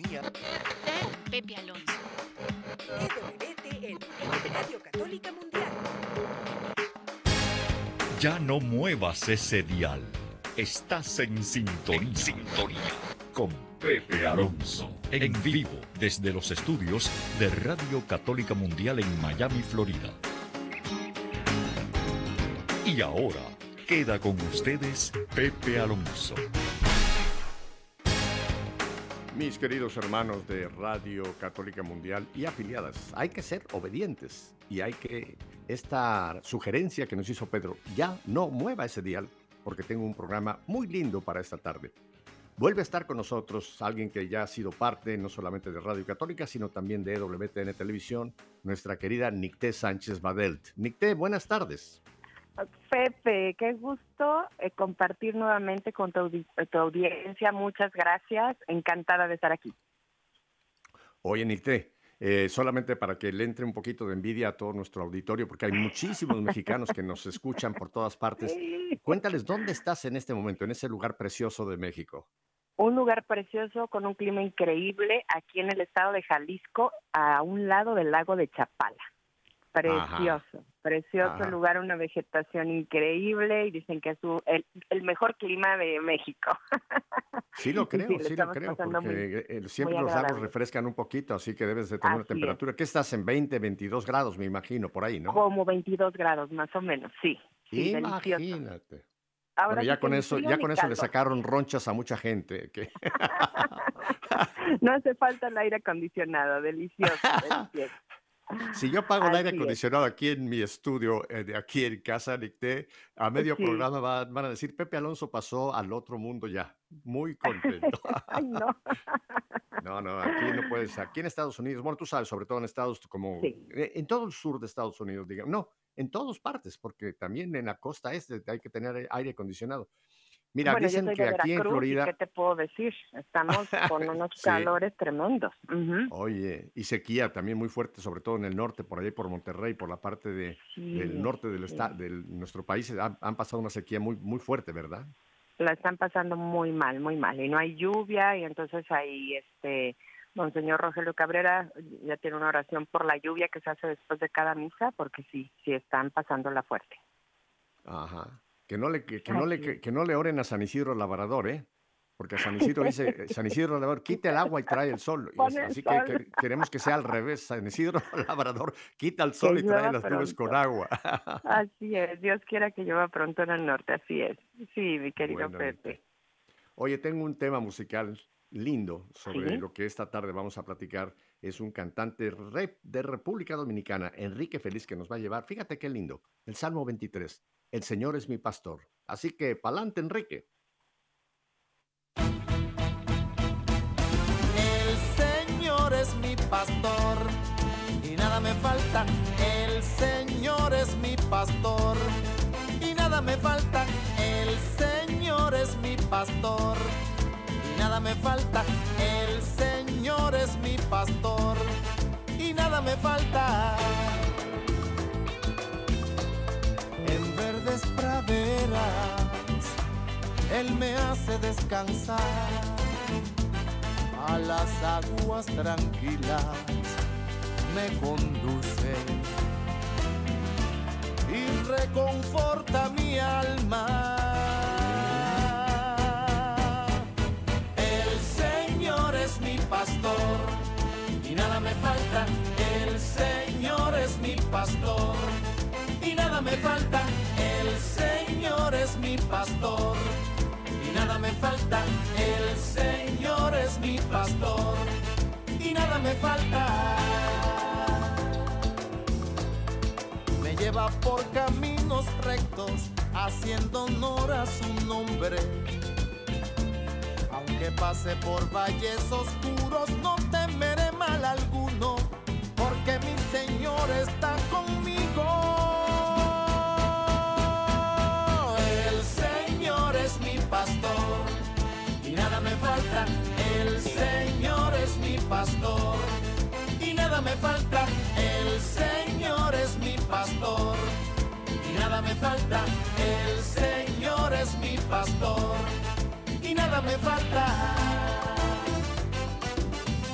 Radio. Con Pepe Alonso. EWTN, Radio Católica Mundial. Ya no muevas ese dial. Estás en sintonía. Con Pepe Alonso. En vivo desde los estudios de Radio Católica Mundial en Miami, Florida. Y ahora queda con ustedes Pepe Alonso. Mis queridos hermanos de Radio Católica Mundial y afiliadas, hay que ser obedientes y hay que, esta sugerencia que nos hizo Pedro, ya no mueva ese dial porque tengo un programa muy lindo para esta tarde. Vuelve a estar con nosotros alguien que ya ha sido parte no solamente de Radio Católica, sino también de EWTN Televisión, nuestra querida Nicté Sánchez Badelt. Nicté, buenas tardes. Pepe, qué gusto compartir nuevamente con tu audiencia. Muchas gracias. Encantada de estar aquí. Oye, Nicté, solamente para que le entre un poquito de envidia a todo nuestro auditorio, porque hay muchísimos mexicanos que nos escuchan por todas partes. Cuéntales, ¿dónde estás en este momento, en ese lugar precioso de México? Un lugar precioso con un clima increíble aquí en el estado de Jalisco, a un lado del lago de Chapala. Precioso, precioso lugar, una vegetación increíble y dicen que es el mejor clima de México. Sí lo creo, porque siempre los lagos refrescan un poquito, así que debes de tener una temperatura. ¿Qué estás en 20, 22 grados, me imagino, por ahí, no? Como 22 grados más o menos, sí. Imagínate. Delicioso. Ahora bueno, ya con eso le sacaron ronchas a mucha gente. No hace falta el aire acondicionado, delicioso, delicioso. Si yo pago el aire acondicionado aquí en mi estudio, de aquí en casa, Nicté, a medio programa van a decir, Pepe Alonso pasó al otro mundo ya. Muy contento. Ay, no. No, aquí no puedes. Aquí en Estados Unidos, bueno, tú sabes, sobre todo en estados como... En todo el sur de Estados Unidos, digamos. No, en todas partes, porque también en la costa este hay que tener aire acondicionado. Mira, bueno, dicen que aquí en Florida... ¿Qué te puedo decir? Estamos con unos calores tremendos. Oye, y sequía también muy fuerte, sobre todo en el norte, por ahí por Monterrey, por la parte del norte de nuestro país, han pasado una sequía muy, muy fuerte, ¿verdad? La están pasando muy mal, y no hay lluvia, y entonces ahí Monseñor Rogelio Cabrera ya tiene una oración por la lluvia que se hace después de cada misa, porque sí están pasándola fuerte. Ajá. Que no le oren a San Isidro Labrador, porque San Isidro dice, San Isidro Labrador, quita el agua y trae el sol. Así que queremos que sea al revés, San Isidro Labrador, quita el sol y trae las nubes con agua. Así es, Dios quiera que llueva pronto en el norte, así es. Sí, mi querido Pepe. Oye, tengo un tema musical lindo sobre lo que esta tarde vamos a platicar. Es un cantante de República Dominicana, Enrique Feliz, que nos va a llevar, fíjate qué lindo, el Salmo 23. El Señor es mi pastor. Así que, pa'lante, Enrique. El Señor es mi pastor y nada me falta. El Señor es mi pastor y nada me falta. El Señor es mi pastor y nada me falta. El Señor es mi pastor y nada me falta. En verdes praderas, Él me hace descansar, a las aguas tranquilas me conduce y reconforta mi alma. El Señor es mi pastor y nada me falta. El Señor es mi pastor y nada me falta. El Señor es mi pastor y nada me falta. El Señor es mi pastor y nada me falta. Me lleva por caminos rectos, haciendo honor a su nombre. Aunque pase por valles oscuros, no temeré mal alguno, porque mi Señor está conmigo. Pastor y nada me falta. El Señor es mi pastor y nada me falta. El Señor es mi pastor y nada me falta. El Señor es mi pastor y nada me falta.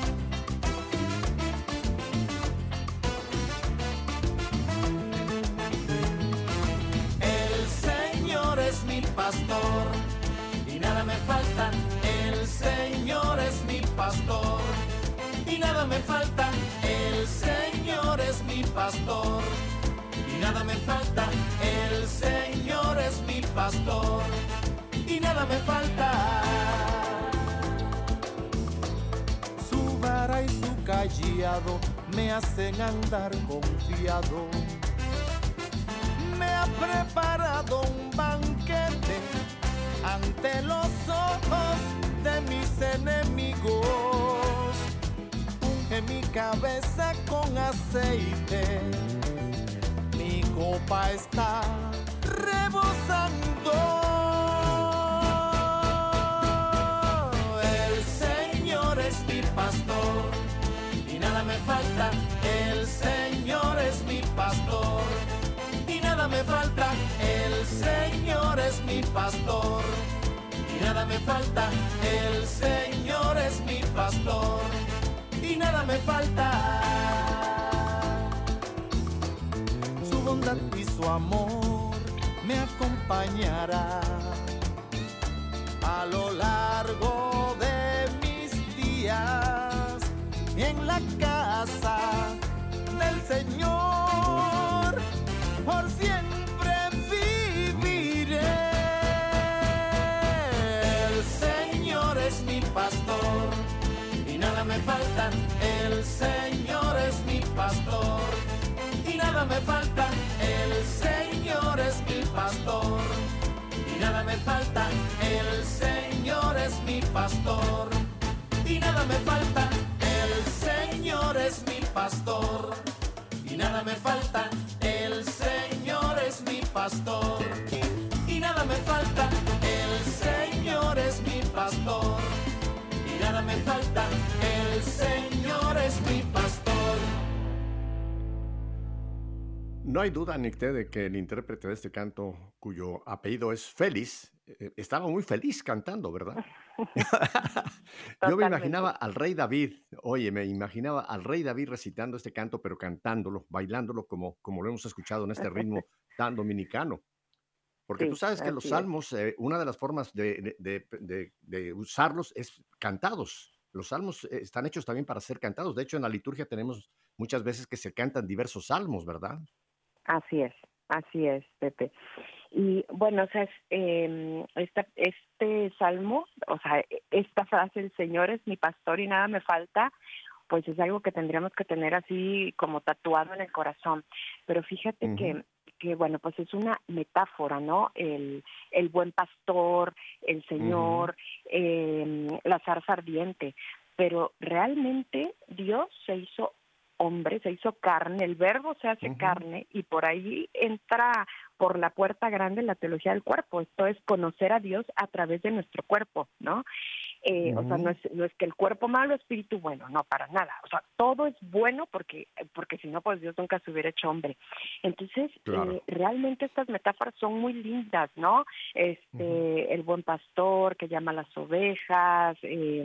pastor y nada me falta. El Señor es mi pastor y nada me falta. El Señor es mi pastor y nada me falta. El Señor es mi pastor y nada me falta. Su vara y su cayado me hacen andar confiado. Me ha preparado un banquete ante los ojos de mis enemigos. Unge mi cabeza con aceite, mi copa está rebosando. El Señor es mi pastor y nada me falta. El Señor es mi pastor y nada me falta. El Señor es mi pastor y nada me falta. El Señor es mi pastor y nada me falta. Su bondad y su amor me acompañará a lo largo de mis días y en la casa del Señor por siempre viviré. El Señor es mi pastor y nada me falta. El Señor es mi pastor y nada me falta. El Señor es mi pastor y nada me falta. El Señor es mi pastor y nada me falta. El Señor es mi pastor y nada me falta. El Señor es mi pastor y nada me falta. El Señor es mi pastor y nada me falta. El Señor es mi pastor. No hay duda, Nicté, de que el intérprete de este canto, cuyo apellido es Félix, estaba muy feliz cantando, ¿verdad? Yo me imaginaba al rey David, me imaginaba al rey David recitando este canto, pero cantándolo, bailándolo como lo hemos escuchado en este ritmo tan dominicano. Porque Sí, tú sabes que los así es. salmos, una de las formas de usarlos es cantados. Los salmos están hechos también para ser cantados. De hecho, en la liturgia tenemos muchas veces que se cantan diversos salmos, ¿verdad? Así es, Pepe. Y bueno, o sea, este salmo, o sea, esta frase, el Señor es mi pastor y nada me falta, pues es algo que tendríamos que tener así como tatuado en el corazón. Pero fíjate que bueno, pues es una metáfora, ¿no? El buen pastor, el Señor, la zarza ardiente. Pero realmente Dios se hizo hombre, se hizo carne, el verbo se hace carne y por ahí entra por la puerta grande la teología del cuerpo. Esto es conocer a Dios a través de nuestro cuerpo, ¿no? O sea, no es que el cuerpo malo, espíritu bueno, no, para nada. O sea, todo es bueno porque si no, pues Dios nunca se hubiera hecho hombre. Entonces, claro, realmente estas metáforas son muy lindas, ¿no? El buen pastor que llama a las ovejas,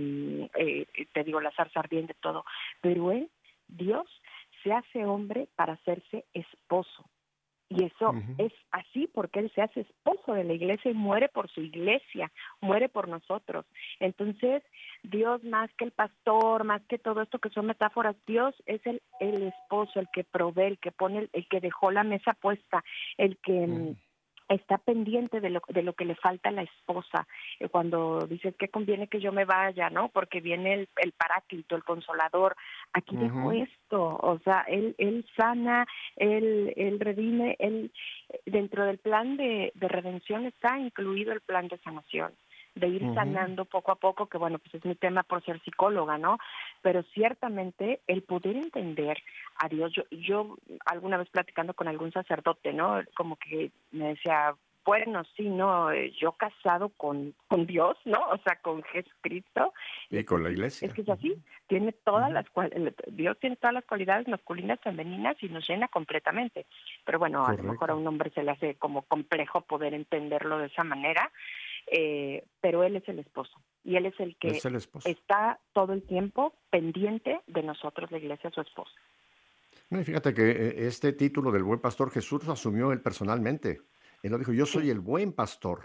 te digo, la zarza ardiente, todo. Pero Dios se hace hombre para hacerse esposo. Y eso es así porque Él se hace esposo de la iglesia y muere por su iglesia, muere por nosotros. Entonces, Dios más que el pastor, más que todo esto que son metáforas, Dios es el esposo, el que provee, el que pone, el que dejó la mesa puesta, el que está pendiente de lo que le falta a la esposa. Cuando dices que conviene que yo me vaya, ¿no? Porque viene el paráclito, el consolador. Aquí dejó esto, o sea, él sana, él redime, dentro del plan de redención está incluido el plan de sanación, de ir sanando poco a poco, que bueno, pues es mi tema por ser psicóloga, ¿no? Pero ciertamente el poder entender a Dios, yo alguna vez platicando con algún sacerdote, ¿no? Como que me decía, bueno, sí, no, yo casado con Dios, ¿no? O sea, con Jesucristo. Y con la iglesia. Es que es así, tiene todas Dios tiene todas las cualidades masculinas, femeninas y nos llena completamente. Pero bueno, correcto, a lo mejor a un hombre se le hace como complejo poder entenderlo de esa manera. Pero Él es el esposo y Él es el que está todo el tiempo pendiente de nosotros, la iglesia, su esposa. No, y fíjate que este título del buen pastor Jesús lo asumió él personalmente. Él lo dijo, yo soy el buen pastor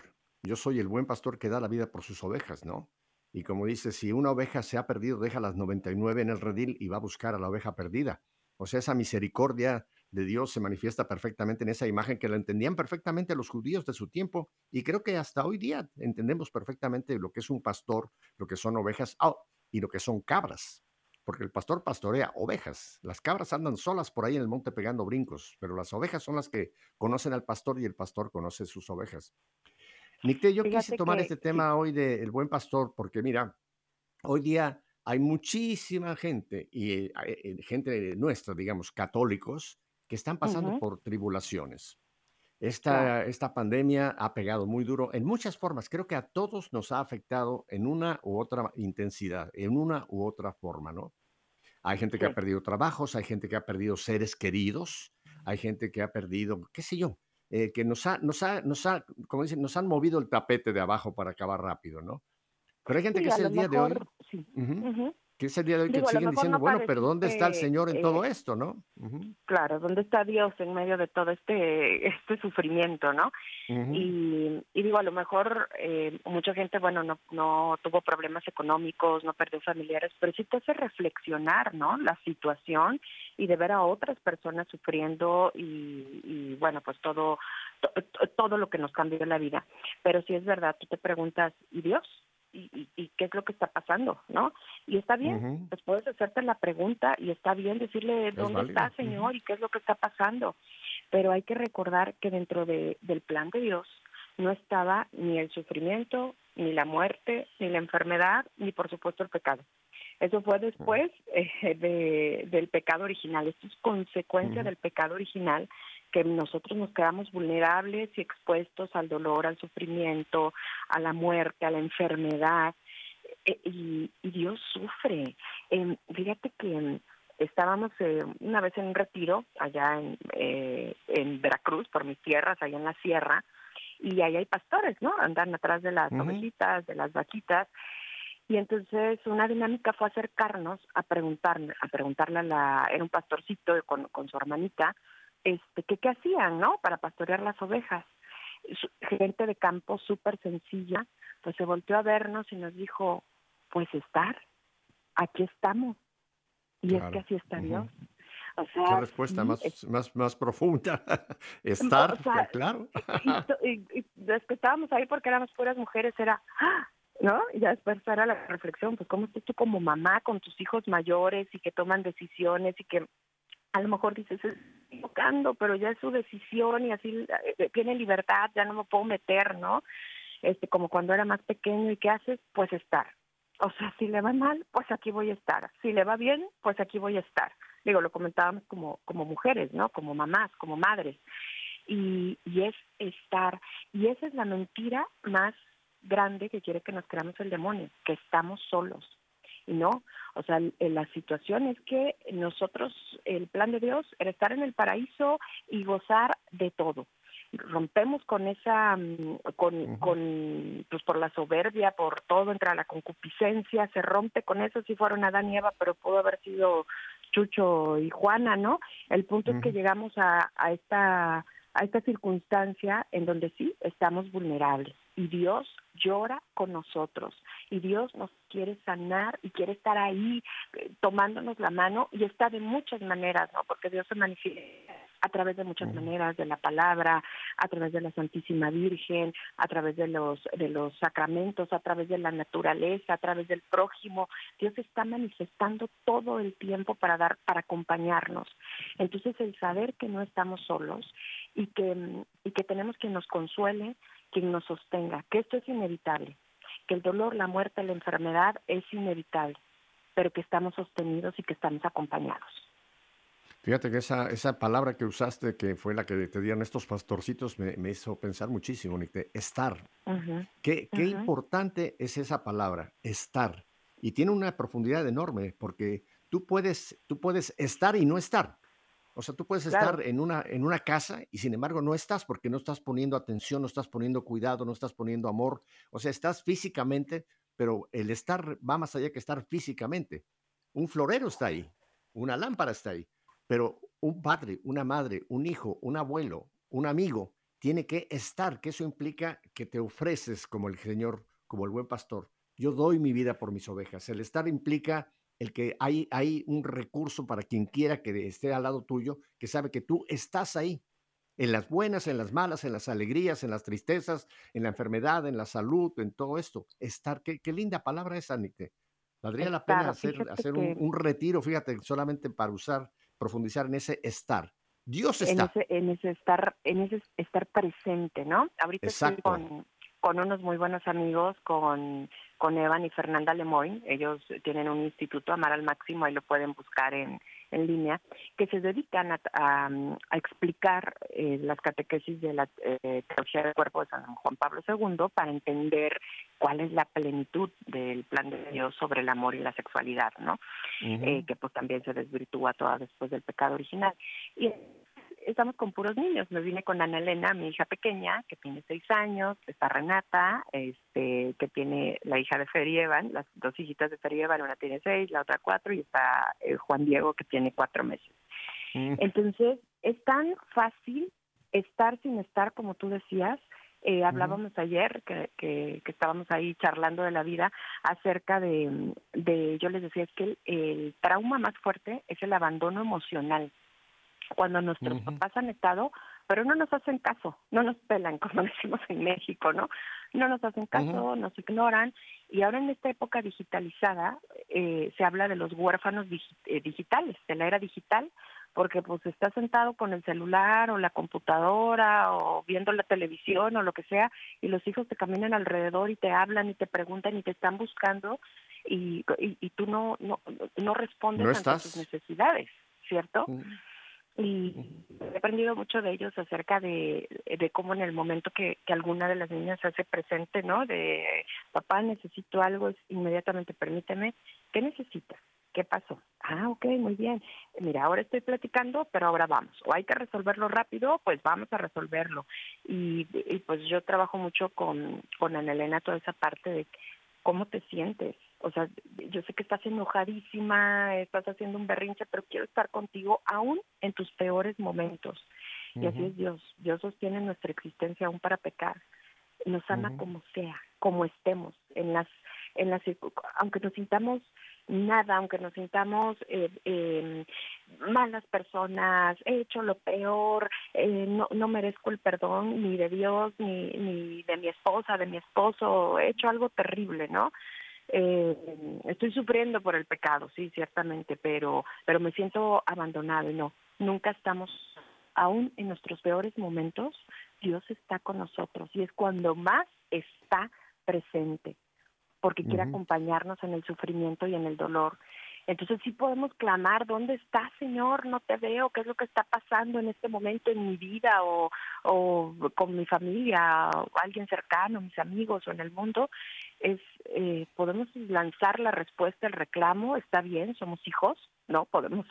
yo soy el buen pastor que da la vida por sus ovejas, ¿no? Y como dice, si una oveja se ha perdido, deja las 99 en el redil y va a buscar a la oveja perdida. O sea, esa misericordia de Dios se manifiesta perfectamente en esa imagen que la entendían perfectamente los judíos de su tiempo. Y creo que hasta hoy día entendemos perfectamente lo que es un pastor, lo que son ovejas y lo que son cabras. Porque el pastor pastorea ovejas. Las cabras andan solas por ahí en el monte pegando brincos, pero las ovejas son las que conocen al pastor y el pastor conoce sus ovejas. Nicté, yo quise Fíjate tomar que este sí. tema hoy del buen pastor porque mira, hoy día hay muchísima gente y gente nuestra, digamos, católicos, que están pasando Ujú, por tribulaciones. claro. Esta pandemia ha pegado muy duro en muchas formas. Creo que a todos nos ha afectado en una u otra intensidad, en una u otra forma, ¿no? Hay gente que ha Sí. perdido trabajos, hay gente que ha perdido seres queridos, hay gente que ha perdido, qué sé yo, que como dicen, nos han movido el tapete de abajo para acabar rápido, ¿no? Pero hay gente que Sí, a es lo el día de hoy, mejor sí. ujú, Ujú. que es el día de hoy que Digo, a lo siguen mejor diciendo, no bueno, pero ¿dónde está el padeciste, Señor en todo esto, no? Ujú, claro, ¿dónde está Dios en medio de todo este sufrimiento, no? ujú, Y digo, a lo mejor mucha gente, bueno, no tuvo problemas económicos, no perdió familiares, pero sí te hace reflexionar, ¿no? La situación y de ver a otras personas sufriendo y bueno, pues todo lo que nos cambió la vida. Pero sí es verdad, tú te preguntas, ¿y Dios? ¿Y qué es lo que está pasando, no? Y está bien, ujú, pues puedes hacerte la pregunta y está bien decirle es dónde está, válido. Señor, y qué es lo que está pasando. Pero hay que recordar que dentro del plan de Dios no estaba ni el sufrimiento, ni la muerte, ni la enfermedad, ni por supuesto el pecado. Eso fue Ujú, después del pecado original. Esto es consecuencia ujú, del pecado original, que nosotros nos quedamos vulnerables y expuestos al dolor, al sufrimiento, a la muerte, a la enfermedad, y Dios sufre. Fíjate que estábamos una vez en un retiro allá en Veracruz, por mis tierras, allá en la sierra, y ahí hay pastores, ¿no? Andan atrás de las ujú, ovejitas, de las vaquitas, y entonces una dinámica fue acercarnos a preguntarle era un pastorcito con su hermanita, que qué hacían, ¿no? Para pastorear las ovejas. Gente de campo súper sencilla, pues se volteó a vernos y nos dijo, pues estar, aquí estamos. Y es que claro. así está Ujú. Dios. O Qué sea, respuesta sí, más profunda. o Estar, sea, claro. y desde que estábamos ahí porque éramos puras mujeres, era, ¡ah! ¿No? Y ya después era la reflexión, pues cómo estás tú como mamá con tus hijos mayores y que toman decisiones y que a lo mejor dices, estoy equivocando, pero ya es su decisión y así tiene libertad, ya no me puedo meter, ¿no? Como cuando era más pequeño, ¿y qué haces? Pues estar. O sea, si le va mal, pues aquí voy a estar. Si le va bien, pues aquí voy a estar. Digo, lo comentábamos como mujeres, ¿no? Como mamás, como madres. Y es estar. Y esa es la mentira más grande que quiere que nos creamos el demonio, que estamos solos. Y no, o sea, la situación es que nosotros, el plan de Dios era estar en el paraíso y gozar de todo. Rompemos con esa, Ujú, pues por la soberbia, por todo, entra la concupiscencia, se rompe con eso, si fueron Adán y Eva, pero pudo haber sido Chucho y Juana, ¿no? El punto es que ujú, llegamos a esta circunstancia en donde sí estamos vulnerables y Dios llora con nosotros y Dios nos quiere sanar y quiere estar ahí tomándonos la mano y está de muchas maneras, ¿no? Porque Dios se manifiesta a través de muchas ujú, maneras, de la palabra, a través de la Santísima Virgen, a través de los sacramentos, a través de la naturaleza, a través del prójimo. Dios está manifestando todo el tiempo para acompañarnos. Entonces el saber que no estamos solos y que tenemos quien nos consuele, quien nos sostenga, que esto es inevitable, que el dolor, la muerte, la enfermedad es inevitable, pero que estamos sostenidos y que estamos acompañados. Fíjate que esa palabra que usaste, que fue la que te dieron estos pastorcitos, me hizo pensar muchísimo, Nick, de estar. Ujú, Qué ujú, importante es esa palabra, estar. Y tiene una profundidad enorme, porque tú puedes estar y no estar. O sea, tú puedes claro. estar en una casa y sin embargo no estás porque no estás poniendo atención, no estás poniendo cuidado, no estás poniendo amor. O sea, estás físicamente, pero el estar va más allá que estar físicamente. Un florero está ahí, una lámpara está ahí, pero un padre, una madre, un hijo, un abuelo, un amigo, tiene que estar, que eso implica que te ofreces como el Señor, como el buen pastor. Yo doy mi vida por mis ovejas. El estar implica el que hay un recurso para quien quiera que esté al lado tuyo, que sabe que tú estás ahí, en las buenas, en las malas, en las alegrías, en las tristezas, en la enfermedad, en la salud, en todo esto. Estar, qué linda palabra esa, Nicte. Valdría la pena hacer un retiro, fíjate, solamente para profundizar en ese estar. Dios está. En ese estar presente, ¿no? Ahorita Exacto. Estoy con unos muy buenos amigos, con Evan y Fernanda Lemoyne. Ellos tienen un instituto, Amar al Máximo, ahí lo pueden buscar en línea, que se dedican a explicar las catequesis de la teología del cuerpo de San Juan Pablo II para entender cuál es la plenitud del plan de Dios sobre el amor y la sexualidad, ¿no? Que pues también se desvirtúa toda después del pecado original. Y estamos con puros niños. Me vine con Ana Elena, mi hija pequeña, que tiene 6 años, está Renata, que tiene la hija de Fer y Evan, las 2 hijitas de Fer y Evan, una tiene 6, la otra 4, y está Juan Diego, que tiene 4 meses. Entonces, es tan fácil estar sin estar, como tú decías. Hablábamos ayer, que estábamos ahí charlando de la vida, acerca de yo les decía, es que el trauma más fuerte es el abandono emocional. Cuando nuestros papás han estado, pero no nos hacen caso, no nos pelan, como decimos en México, ¿no? No nos hacen caso, nos ignoran, y ahora en esta época digitalizada se habla de los huérfanos digitales, de la era digital, porque pues estás sentado con el celular o la computadora o viendo la televisión o lo que sea, y los hijos te caminan alrededor y te hablan y te preguntan y te están buscando, y tú no respondes ante sus necesidades, ¿cierto? Y he aprendido mucho de ellos acerca de cómo en el momento que alguna de las niñas se hace presente, ¿no? De papá, necesito algo, inmediatamente permíteme. ¿Qué necesitas? ¿Qué pasó? Ah, ok, muy bien. Mira, ahora estoy platicando, pero ahora vamos. O hay que resolverlo rápido, pues vamos a resolverlo. Y pues yo trabajo mucho con Ana Elena toda esa parte de cómo te sientes. O sea, yo sé que estás enojadísima, estás haciendo un berrinche, pero quiero estar contigo aún en tus peores momentos. Y así es Dios. Dios sostiene nuestra existencia aún para pecar. Nos ama como sea, como estemos, aunque nos sintamos nada, aunque nos sintamos malas personas, he hecho lo peor, no merezco el perdón ni de Dios, ni de mi esposa, de mi esposo, he hecho algo terrible, ¿no? Estoy sufriendo por el pecado, sí, ciertamente, pero me siento abandonado, y no, nunca estamos, aún en nuestros peores momentos, Dios está con nosotros, y es cuando más está presente, porque quiere acompañarnos en el sufrimiento y en el dolor. Entonces sí podemos clamar, ¿dónde estás, Señor? No te veo, ¿qué es lo que está pasando en este momento en mi vida o con mi familia, o alguien cercano, mis amigos o en el mundo? Podemos lanzar la respuesta, el reclamo, está bien, somos hijos, ¿no? Podemos,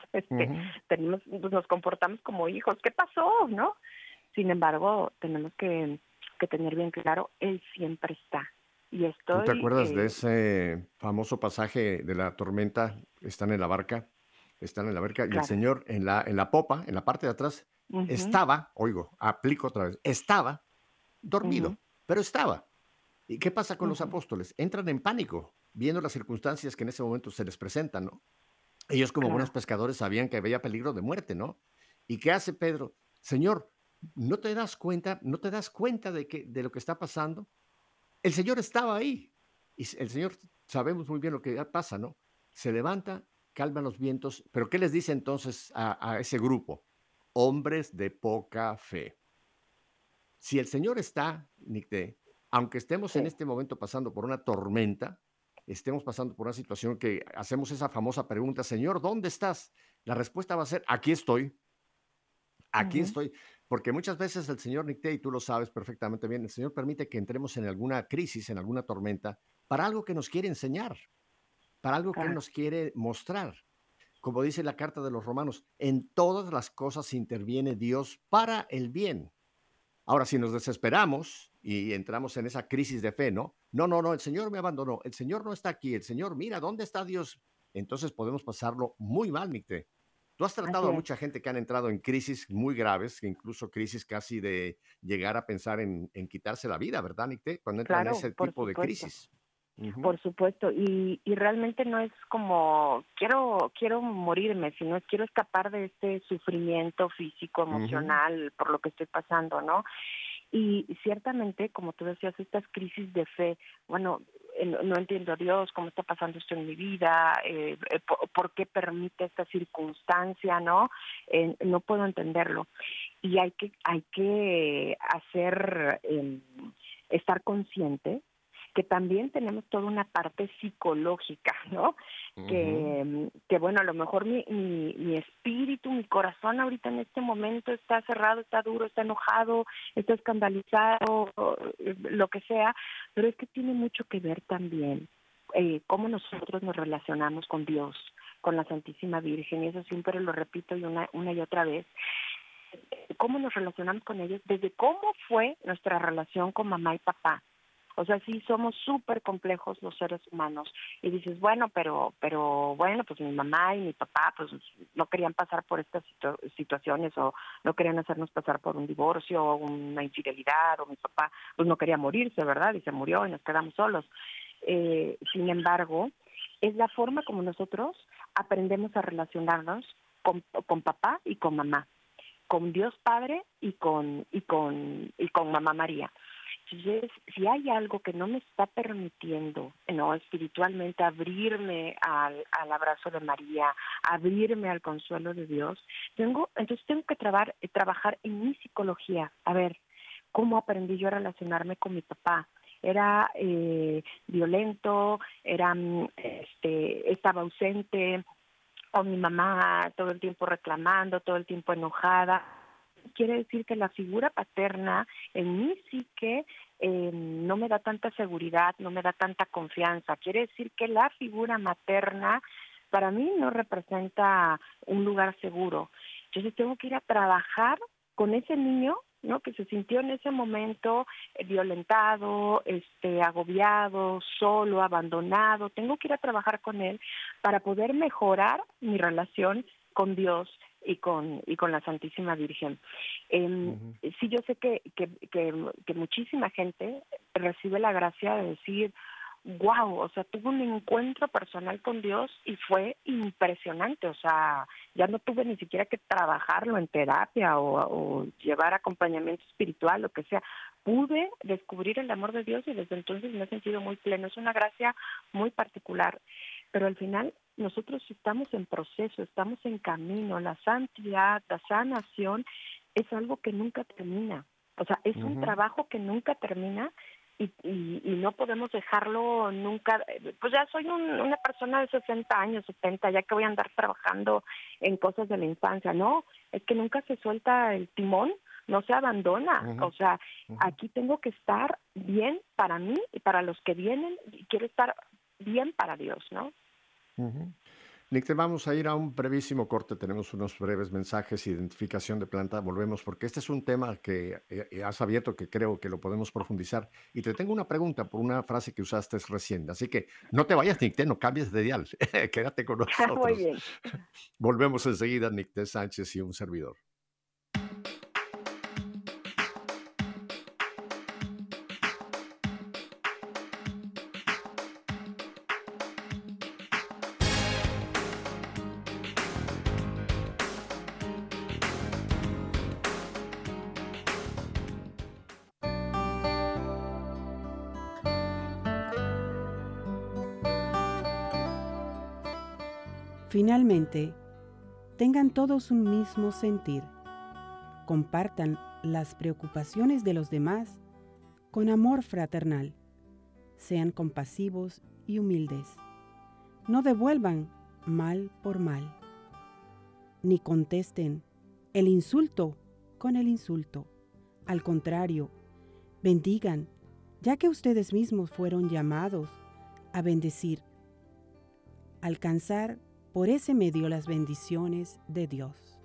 nos comportamos como hijos, ¿qué pasó, no? Sin embargo, tenemos que tener bien claro, Él siempre está. ¿Tú te acuerdas de ese famoso pasaje de la tormenta? Están en la barca, claro. Y el Señor en la popa, en la parte de atrás, estaba, aplico otra vez, estaba dormido, pero estaba. ¿Y qué pasa con los apóstoles? Entran en pánico, viendo las circunstancias que en ese momento se les presentan, ¿no? Ellos como buenos pescadores sabían que había peligro de muerte, ¿no? ¿Y qué hace Pedro? Señor, ¿no te das cuenta de lo que está pasando? El Señor estaba ahí, y el Señor, sabemos muy bien lo que pasa, ¿no? Se levanta, calma los vientos, pero ¿qué les dice entonces a ese grupo? Hombres de poca fe. Si el Señor está, Nicté, aunque estemos en este momento pasando por una tormenta, estemos pasando por una situación que hacemos esa famosa pregunta, Señor, ¿dónde estás? La respuesta va a ser, aquí estoy. Aquí estoy, porque muchas veces el Señor, Nicté, y tú lo sabes perfectamente bien, el Señor permite que entremos en alguna crisis, en alguna tormenta, para algo que nos quiere enseñar, para algo que Él nos quiere mostrar. Como dice la carta de los Romanos, en todas las cosas interviene Dios para el bien. Ahora, si nos desesperamos y entramos en esa crisis de fe, ¿no? No, el Señor me abandonó, el Señor no está aquí, el Señor, mira, ¿dónde está Dios? Entonces podemos pasarlo muy mal, Nicté. Tú has tratado Así a es. mucha gente que han entrado en crisis muy graves, incluso crisis casi de llegar a pensar en quitarse la vida, ¿verdad, Nicté? Cuando entran en Claro, ese por tipo de supuesto. crisis. Ujú, Por supuesto, y realmente no es como quiero morirme, sino es quiero escapar de este sufrimiento físico, ujú, emocional, por lo que estoy pasando, ¿no? Y ciertamente, como tú decías, estas crisis de fe, bueno, no entiendo a Dios, cómo está pasando esto en mi vida, por qué permite esta circunstancia, ¿no? No puedo entenderlo. Y hay que estar consciente que también tenemos toda una parte psicológica, ¿no? ujú. Que bueno, a lo mejor mi espíritu, mi corazón ahorita en este momento está cerrado, está duro, está enojado, está escandalizado, lo que sea, pero es que tiene mucho que ver también cómo nosotros nos relacionamos con Dios, con la Santísima Virgen, y eso siempre lo repito una y otra vez, cómo nos relacionamos con ellos, desde cómo fue nuestra relación con mamá y papá. O sea, sí somos súper complejos los seres humanos. Y dices, bueno, pero bueno, pues mi mamá y mi papá pues no querían pasar por estas situaciones, o no querían hacernos pasar por un divorcio o una infidelidad, o mi papá pues no quería morirse, ¿verdad? Y se murió y nos quedamos solos. Sin embargo, es la forma como nosotros aprendemos a relacionarnos con papá y con mamá, con Dios Padre y con Mamá María. Entonces, si hay algo que no me está permitiendo, no, espiritualmente abrirme al abrazo de María, abrirme al consuelo de Dios, tengo que trabajar en mi psicología. A ver, ¿cómo aprendí yo a relacionarme con mi papá? Era violento, estaba ausente, o mi mamá todo el tiempo reclamando, todo el tiempo enojada. Quiere decir que la figura paterna en mí sí que no me da tanta seguridad, no me da tanta confianza. Quiere decir que la figura materna para mí no representa un lugar seguro. Entonces tengo que ir a trabajar con ese niño, ¿no?, que se sintió en ese momento violentado, agobiado, solo, abandonado. Tengo que ir a trabajar con él para poder mejorar mi relación con Dios y con la Santísima Virgen. Ujú. Sí, yo sé que muchísima gente recibe la gracia de decir, wow, o sea, tuve un encuentro personal con Dios y fue impresionante. O sea, ya no tuve ni siquiera que trabajarlo en terapia o llevar acompañamiento espiritual, lo que sea. Pude descubrir el amor de Dios y desde entonces me he sentido muy pleno. Es una gracia muy particular, pero al final nosotros estamos en proceso, estamos en camino. La santidad, la sanación es algo que nunca termina. O sea, es un Ujú. trabajo que nunca termina y no podemos dejarlo nunca. Pues ya soy una persona de 60 años, 70, ya que voy a andar trabajando en cosas de la infancia. No, es que nunca se suelta el timón, no se abandona. Ujú, O sea, ujú, aquí tengo que estar bien para mí y para los que vienen, y quiero estar bien para Dios, ¿no? ujú. Nick, te vamos a ir a un brevísimo corte. Tenemos unos breves mensajes, identificación de planta. Volvemos porque este es un tema que has abierto, que creo que lo podemos profundizar. Y te tengo una pregunta por una frase que usaste recién. Así que no te vayas, Nick, no cambies de dial. Quédate con Muy nosotros. bien. Volvemos enseguida, Nick Sánchez y un servidor. Finalmente, tengan todos un mismo sentir. Compartan las preocupaciones de los demás con amor fraternal. Sean compasivos y humildes. No devuelvan mal por mal, ni contesten el insulto con el insulto. Al contrario, bendigan, ya que ustedes mismos fueron llamados a bendecir. Alcanzar por ese medio las bendiciones de Dios.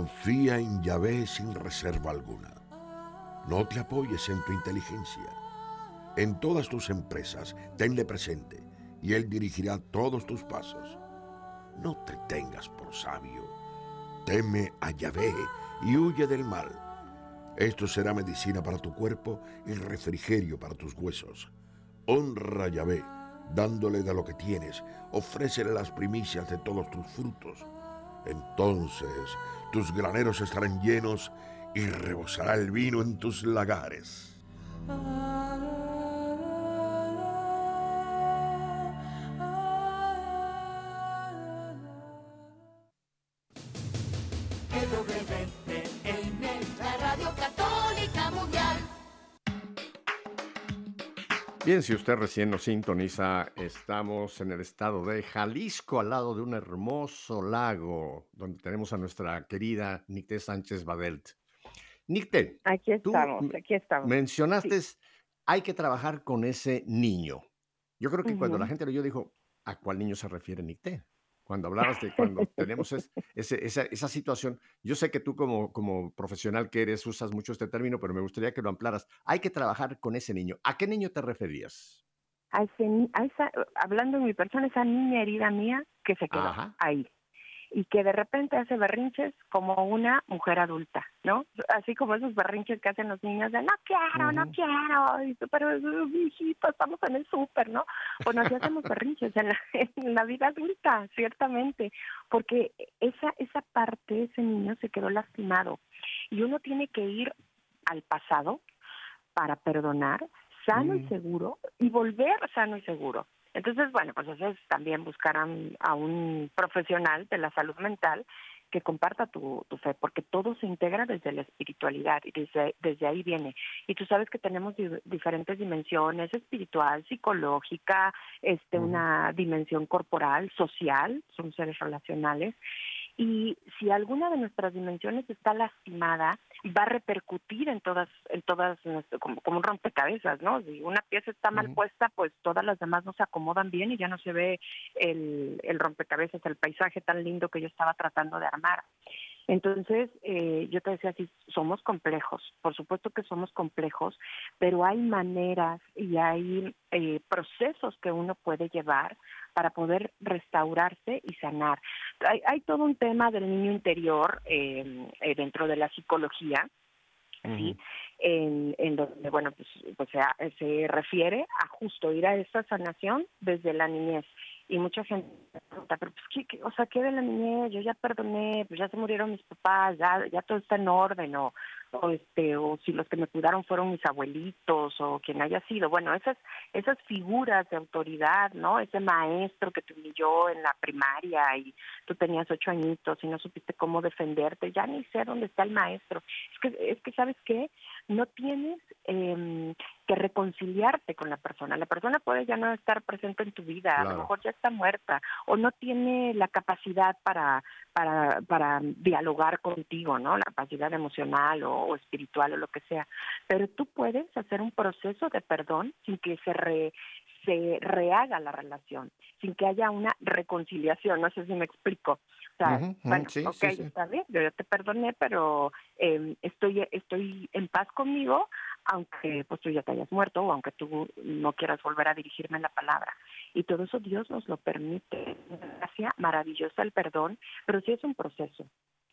Confía en Yahvé sin reserva alguna. No te apoyes en tu inteligencia. En todas tus empresas, tenle presente, y Él dirigirá todos tus pasos. No te tengas por sabio. Teme a Yahvé y huye del mal. Esto será medicina para tu cuerpo y refrigerio para tus huesos. Honra a Yahvé, dándole de lo que tienes. Ofrécele las primicias de todos tus frutos. Entonces tus graneros estarán llenos y rebosará el vino en tus lagares. Bien, si usted recién nos sintoniza, estamos en el estado de Jalisco, al lado de un hermoso lago, donde tenemos a nuestra querida Nicté Sánchez Badelt. Nicté, aquí estamos. Mencionaste, sí. Hay que trabajar con ese niño. Yo creo que cuando la gente lo oyó, dijo, ¿a cuál niño se refiere Nicté? Cuando hablabas de cuando tenemos esa situación, yo sé que tú como profesional que eres usas mucho este término, pero me gustaría que lo ampliaras. Hay que trabajar con ese niño. ¿A qué niño te referías? Hablando de mi persona, esa niña herida mía que se quedó ahí y que de repente hace berrinches como una mujer adulta, ¿no? Así como esos berrinches que hacen los niños de no quiero, y, pero hijito, estamos en el súper, ¿no? Bueno, así hacemos berrinches en la vida adulta, ciertamente, porque esa parte, ese niño se quedó lastimado y uno tiene que ir al pasado para perdonar, sano y seguro, y volver sano y seguro. Entonces, bueno, pues eso es también buscar a un profesional de la salud mental que comparta tu fe, porque todo se integra desde la espiritualidad y desde ahí viene. Y tú sabes que tenemos diferentes dimensiones, espiritual, psicológica, una dimensión corporal, social, somos seres relacionales. Y si alguna de nuestras dimensiones está lastimada, va a repercutir en todas como un rompecabezas, ¿no? Si una pieza está mal puesta, pues todas las demás no se acomodan bien y ya no se ve el rompecabezas, el paisaje tan lindo que yo estaba tratando de armar. Entonces, yo te decía, sí, somos complejos, por supuesto que somos complejos, pero hay maneras y hay procesos que uno puede llevar para poder restaurarse y sanar. Hay todo un tema del niño interior dentro de la psicología, ¿sí? En donde, bueno, pues se refiere a justo ir a esa sanación desde la niñez. Y mucha gente me pregunta, pero pues, ¿qué de la niñez? Yo ya perdoné, pues ya se murieron mis papás, ya todo está en orden, o si los que me cuidaron fueron mis abuelitos, o quien haya sido. Bueno, esas figuras de autoridad, ¿no? Ese maestro que te humilló en la primaria y tú tenías 8 añitos y no supiste cómo defenderte, ya ni sé dónde está el maestro. Es que ¿sabes qué? No tienes que reconciliarte con la persona. La persona puede ya no estar presente en tu vida, claro. A lo mejor ya está muerta, o no tiene la capacidad para dialogar contigo, ¿no? La capacidad emocional o espiritual o lo que sea. Pero tú puedes hacer un proceso de perdón sin que se rehaga la relación, sin que haya una reconciliación. No sé si me explico. O sea, sí, está bien, yo ya te perdoné, pero estoy en paz conmigo, aunque pues tú ya te hayas muerto o aunque tú no quieras volver a dirigirme la palabra. Y todo eso Dios nos lo permite. Gracia maravillosa el perdón, pero sí es un proceso.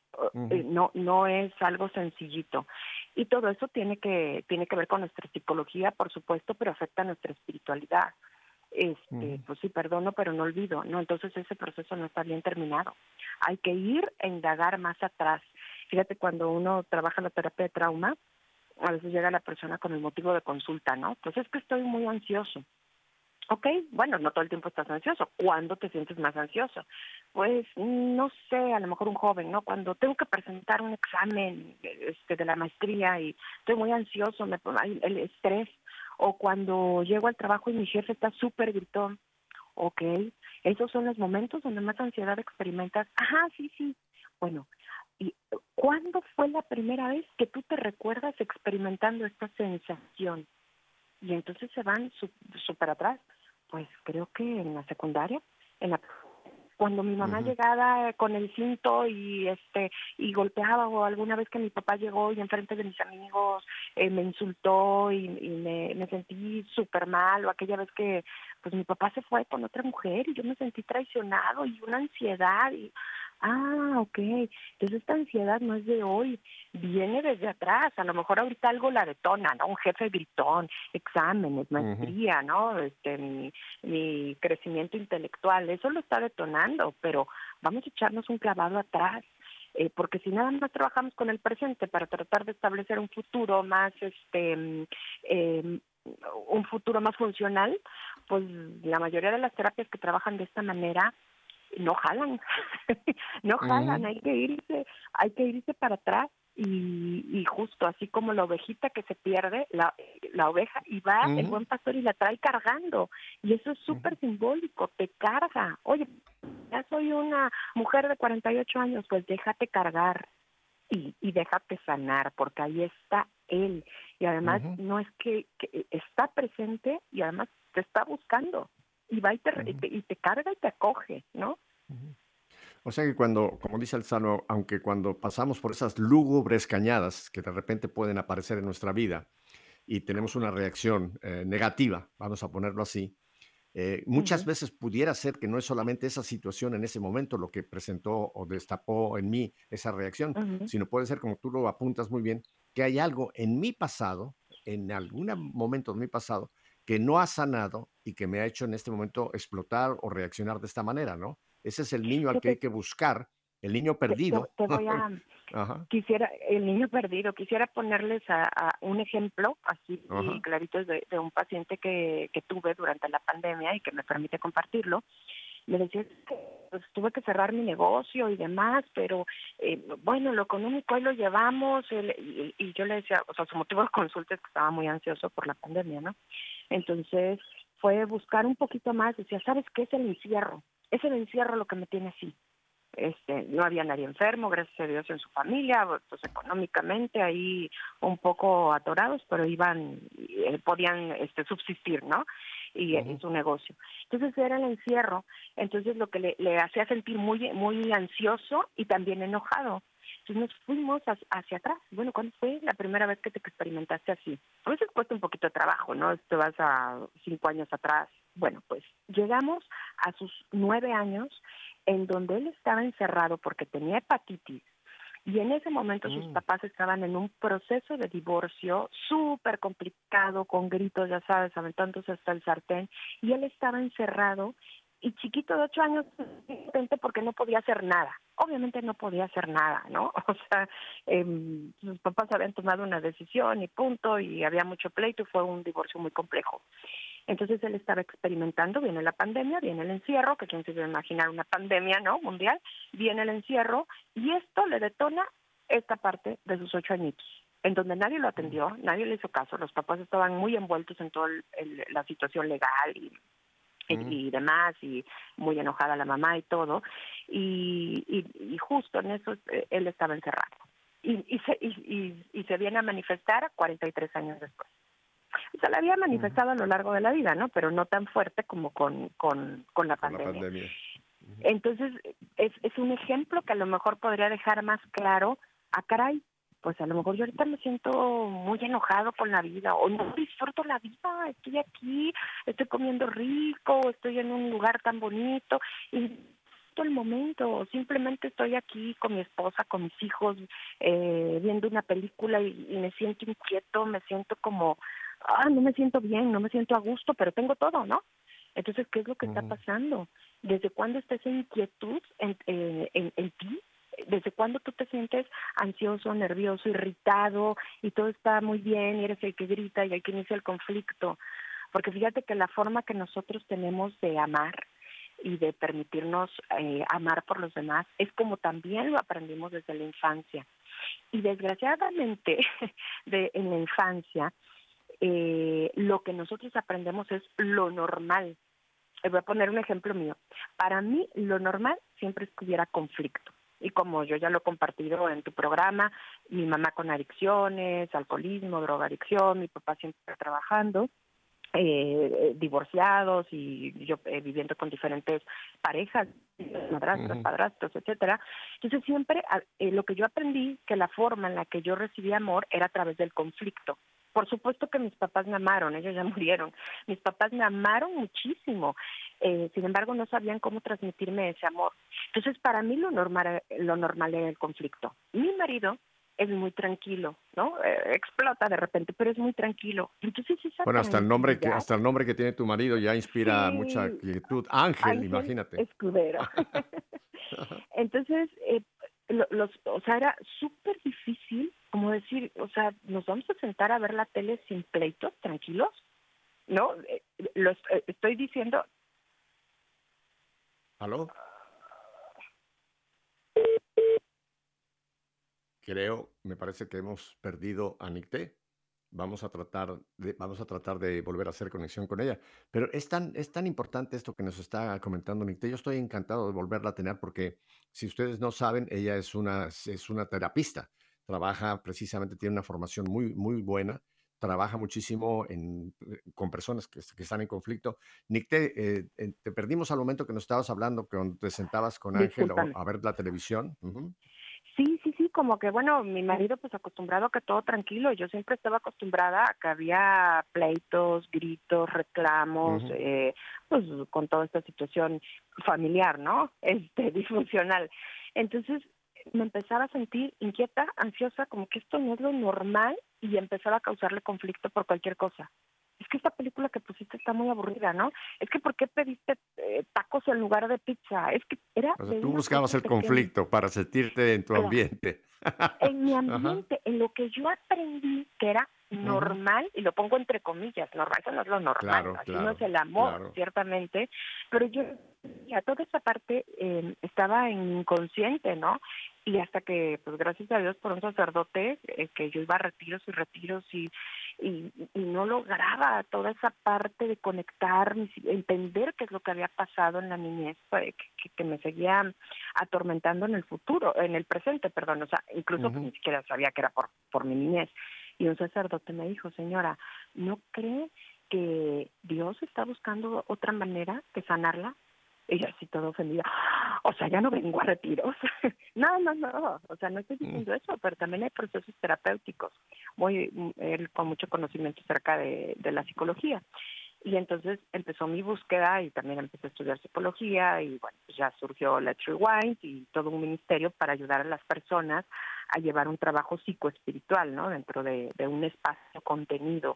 No es algo sencillito. Y todo eso tiene que ver con nuestra psicología, por supuesto, pero afecta a nuestra espiritualidad. Pues sí, perdono, pero no olvido, ¿no? Entonces ese proceso no está bien terminado. Hay que ir a indagar más atrás. Fíjate, cuando uno trabaja la terapia de trauma, a veces llega la persona con el motivo de consulta, ¿no? Pues es que estoy muy ansioso. Ok, bueno, no todo el tiempo estás ansioso. ¿Cuándo te sientes más ansioso? Pues, no sé, a lo mejor un joven, ¿no? Cuando tengo que presentar un examen de la maestría y estoy muy ansioso, el estrés. O cuando llego al trabajo y mi jefe está súper gritón. Ok, esos son los momentos donde más ansiedad experimentas. Ajá, sí. Bueno, ¿y cuándo fue la primera vez que tú te recuerdas experimentando esta sensación? Y entonces se van súper atrás. Pues creo que en la secundaria, Cuando mi mamá llegaba con el cinto y golpeaba, o alguna vez que mi papá llegó y enfrente de mis amigos me insultó y me sentí súper mal, o aquella vez que pues mi papá se fue con otra mujer y yo me sentí traicionado y una ansiedad y ok, entonces esta ansiedad no es de hoy, viene desde atrás, a lo mejor ahorita algo la detona, ¿no? Un jefe gritón, exámenes, maestría, ¿no? Mi crecimiento intelectual, eso lo está detonando, pero vamos a echarnos un clavado atrás. Porque si nada más trabajamos con el presente para tratar de establecer un futuro más un futuro más funcional, pues la mayoría de las terapias que trabajan de esta manera no jalan, no jalan, hay que irse para atrás y justo así como la ovejita que se pierde, la oveja, y va el buen pastor y la trae cargando, y eso es súper simbólico, te carga. Oye, ya soy una mujer de 48 años, pues déjate cargar y déjate sanar, porque ahí está él, y además no es que está presente y además te está buscando. Y va y te carga y te acoge, ¿no? O sea que cuando, como dice Alzano, aunque cuando pasamos por esas lúgubres cañadas que de repente pueden aparecer en nuestra vida y tenemos una reacción negativa, vamos a ponerlo así, muchas veces pudiera ser que no es solamente esa situación en ese momento lo que presentó o destapó en mí esa reacción, sino puede ser, como tú lo apuntas muy bien, que hay algo en mi pasado, en algún momento de mi pasado, que no ha sanado y que me ha hecho en este momento explotar o reaccionar de esta manera, ¿no? Ese es el niño al que hay que buscar, el niño perdido. Te voy a... el niño perdido, quisiera ponerles a un ejemplo así clarito de un paciente que tuve durante la pandemia y que me permite compartirlo. Le decía que pues, tuve que cerrar mi negocio y demás, pero bueno, lo económico ahí lo llevamos, y yo le decía, o sea, su motivo de consulta es que estaba muy ansioso por la pandemia, ¿no? Entonces fue buscar un poquito más, decía, ¿sabes qué? Es el encierro lo que me tiene así. No había nadie enfermo, gracias a Dios, en su familia, pues económicamente ahí un poco atorados, pero podían subsistir, ¿no? Y en su negocio. Entonces era el encierro, entonces lo que le hacía sentir muy, muy ansioso y también enojado. Entonces nos fuimos hacia atrás. Bueno, ¿cuándo fue la primera vez que te experimentaste así? A veces cuesta un poquito de trabajo, ¿no? Te vas a 5 años atrás. Bueno, pues llegamos a sus 9 años, en donde él estaba encerrado porque tenía hepatitis, y en ese momento sus papás estaban en un proceso de divorcio súper complicado, con gritos, ya sabes, aventándose hasta el sartén, y él estaba encerrado, y chiquito de 8 años, porque no podía hacer nada. Obviamente no podía hacer nada, ¿no? O sea, sus papás habían tomado una decisión y punto, y había mucho pleito, y fue un divorcio muy complejo. Entonces él estaba experimentando, viene la pandemia, viene el encierro, que quién se debe imaginar una pandemia, ¿no? Mundial, viene el encierro, y esto le detona esta parte de sus 8 añitos, en donde nadie lo atendió, nadie le hizo caso, los papás estaban muy envueltos en toda la situación legal y demás, y muy enojada la mamá y todo, y justo en eso él estaba encerrado, y se viene a manifestar 43 años después. O sea, la había manifestado a lo largo de la vida, ¿no? Pero no tan fuerte como con la pandemia. Entonces, es un ejemplo que a lo mejor podría dejar más claro, caray, pues a lo mejor yo ahorita me siento muy enojado con la vida, o no disfruto la vida, estoy aquí, estoy comiendo rico, estoy en un lugar tan bonito, y todo el momento, o simplemente estoy aquí con mi esposa, con mis hijos, viendo una película y me siento inquieto, me siento como... no me siento bien, no me siento a gusto, pero tengo todo, ¿no? Entonces, ¿qué es lo que está pasando? ¿Desde cuándo está esa inquietud en ti? ¿Desde cuándo tú te sientes ansioso, nervioso, irritado y todo está muy bien y eres el que grita y el que inicia el conflicto? Porque fíjate que la forma que nosotros tenemos de amar y de permitirnos amar por los demás es como también lo aprendimos desde la infancia. Y desgraciadamente, en la infancia, lo que nosotros aprendemos es lo normal. Voy a poner un ejemplo mío. Para mí, lo normal siempre es que hubiera conflicto. Y como yo ya lo he compartido en tu programa, mi mamá con adicciones, alcoholismo, drogadicción, mi papá siempre trabajando. divorciados y yo viviendo con diferentes parejas, madrastros, padrastros, etcétera. Entonces siempre lo que yo aprendí, que la forma en la que yo recibía amor era a través del conflicto. Por supuesto que mis papás me amaron, ellos ya murieron. Mis papás me amaron muchísimo. Sin embargo, no sabían cómo transmitirme ese amor. Entonces, para mí lo normal era el conflicto. Mi marido es muy tranquilo, ¿no? Explota de repente, pero es muy tranquilo. Entonces, bueno, hasta el nombre que tiene tu marido ya inspira mucha quietud. Ángel, imagínate. Escudero. Entonces, o sea, era súper difícil, como decir, o sea, nos vamos a sentar a ver la tele sin pleitos, tranquilos, ¿no? Estoy diciendo. ¿Aló? Me parece que hemos perdido a Nicté. Vamos a tratar de volver a hacer conexión con ella. Pero es tan importante esto que nos está comentando Nicté. Yo estoy encantado de volverla a tener porque, si ustedes no saben, ella es una terapista. Trabaja precisamente, tiene una formación muy, muy buena. Trabaja muchísimo con personas que están en conflicto. Nicté, te perdimos al momento que nos estabas hablando, cuando te sentabas con Ángel a ver la televisión. Sí, como que, bueno, mi marido pues acostumbrado a que todo tranquilo, yo siempre estaba acostumbrada a que había pleitos, gritos, reclamos, pues con toda esta situación familiar, ¿no? Disfuncional. Entonces me empezaba a sentir inquieta, ansiosa, como que esto no es lo normal y empezaba a causarle conflicto por cualquier cosa. Es que esta película que pusiste está muy aburrida, ¿no? Es que ¿por qué pediste tacos en lugar de pizza? Es que era... O sea, tú buscabas el conflicto para sentirte en tu ambiente. En mi ambiente, en lo que yo aprendí que era normal, y lo pongo entre comillas, normal, eso no es lo normal, así no es el amor, ciertamente, pero yo, toda esa parte estaba inconsciente, ¿no? Y hasta que, pues gracias a Dios por un sacerdote, que yo iba a retiros y no lograba toda esa parte de conectar, entender qué es lo que había pasado en la niñez, que me seguía atormentando en el presente, o sea, incluso pues, ni siquiera sabía que era por mi niñez. Y un sacerdote me dijo, señora, ¿no cree que Dios está buscando otra manera de sanarla? Y yo así todo ofendida, o sea, ya no vengo a retiros. No, o sea, no estoy diciendo eso, pero también hay procesos terapéuticos, él con mucho conocimiento acerca de la psicología. Y entonces empezó mi búsqueda y también empecé a estudiar psicología y bueno, pues ya surgió Let's Rewind y todo un ministerio para ayudar a las personas a llevar un trabajo psicoespiritual, ¿no? Dentro de un espacio contenido.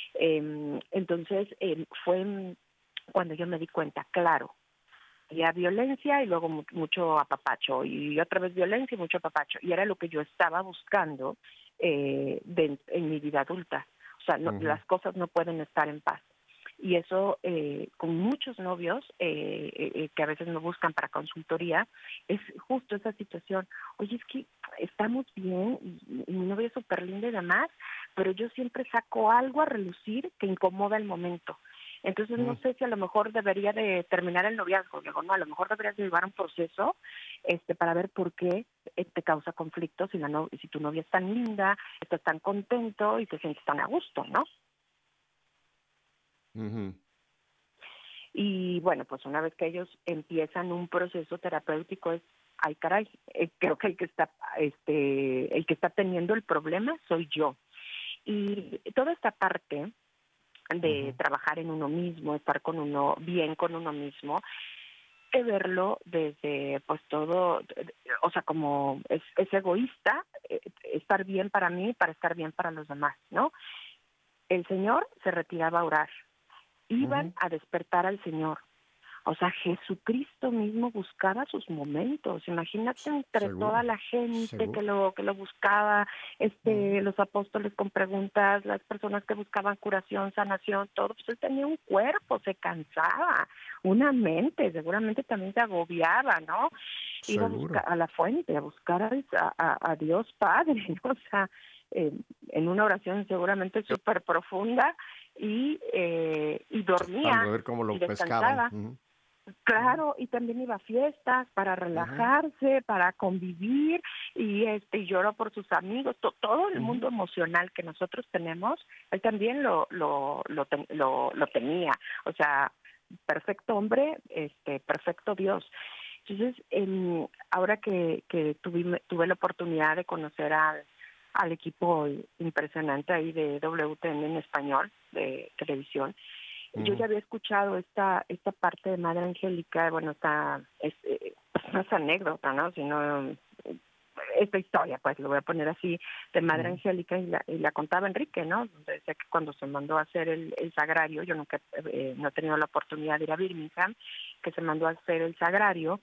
Entonces fue cuando yo me di cuenta, claro, había violencia y luego mucho apapacho y otra vez violencia y mucho apapacho. Y era lo que yo estaba buscando en mi vida adulta. O sea, las cosas no pueden estar en paz. Y eso, con muchos novios que a veces me buscan para consultoría, es justo esa situación. Oye, es que estamos bien, y mi novia es súper linda y demás, pero yo siempre saco algo a relucir que incomoda el momento. Entonces no sé si a lo mejor debería de terminar el noviazgo. Digo, no, a lo mejor deberías de llevar un proceso para ver por qué te causa conflicto si tu novia es tan linda, estás tan contento y te sientes tan a gusto, ¿no? Y bueno, pues una vez que ellos empiezan un proceso terapéutico es, ay caray, creo que el que está teniendo el problema soy yo. Y toda esta parte de trabajar en uno mismo, estar bien con uno mismo, que verlo desde pues todo, o sea, como es egoísta, estar bien para mí, para estar bien para los demás, ¿no? El Señor se retiraba a orar. Iban a despertar al Señor. O sea, Jesucristo mismo buscaba sus momentos. Imagínate entre toda la gente que lo buscaba, los apóstoles con preguntas, las personas que buscaban curación, sanación, todo. Pues él tenía un cuerpo, se cansaba, una mente, seguramente también se agobiaba, ¿no? Iba a buscar a la fuente, a buscar a Dios Padre, ¿no? O sea, en una oración seguramente súper profunda y dormía a ver cómo lo y descansaba. Claro, y también iba a fiestas para relajarse, para convivir, y lloró por sus amigos, todo el mundo emocional que nosotros tenemos, él también lo tenía. O sea, perfecto hombre, perfecto Dios. Entonces, ahora que tuve la oportunidad de conocer al equipo impresionante ahí de WTN en español, de televisión, yo ya había escuchado esta parte de Madre Angélica. Bueno, no es anécdota, ¿no? Sino esta historia, pues lo voy a poner así, de Madre Angélica, y la contaba Enrique, ¿no? Donde decía que cuando se mandó a hacer el sagrario, yo nunca no he tenido la oportunidad de ir a Birmingham, que se mandó a hacer el sagrario,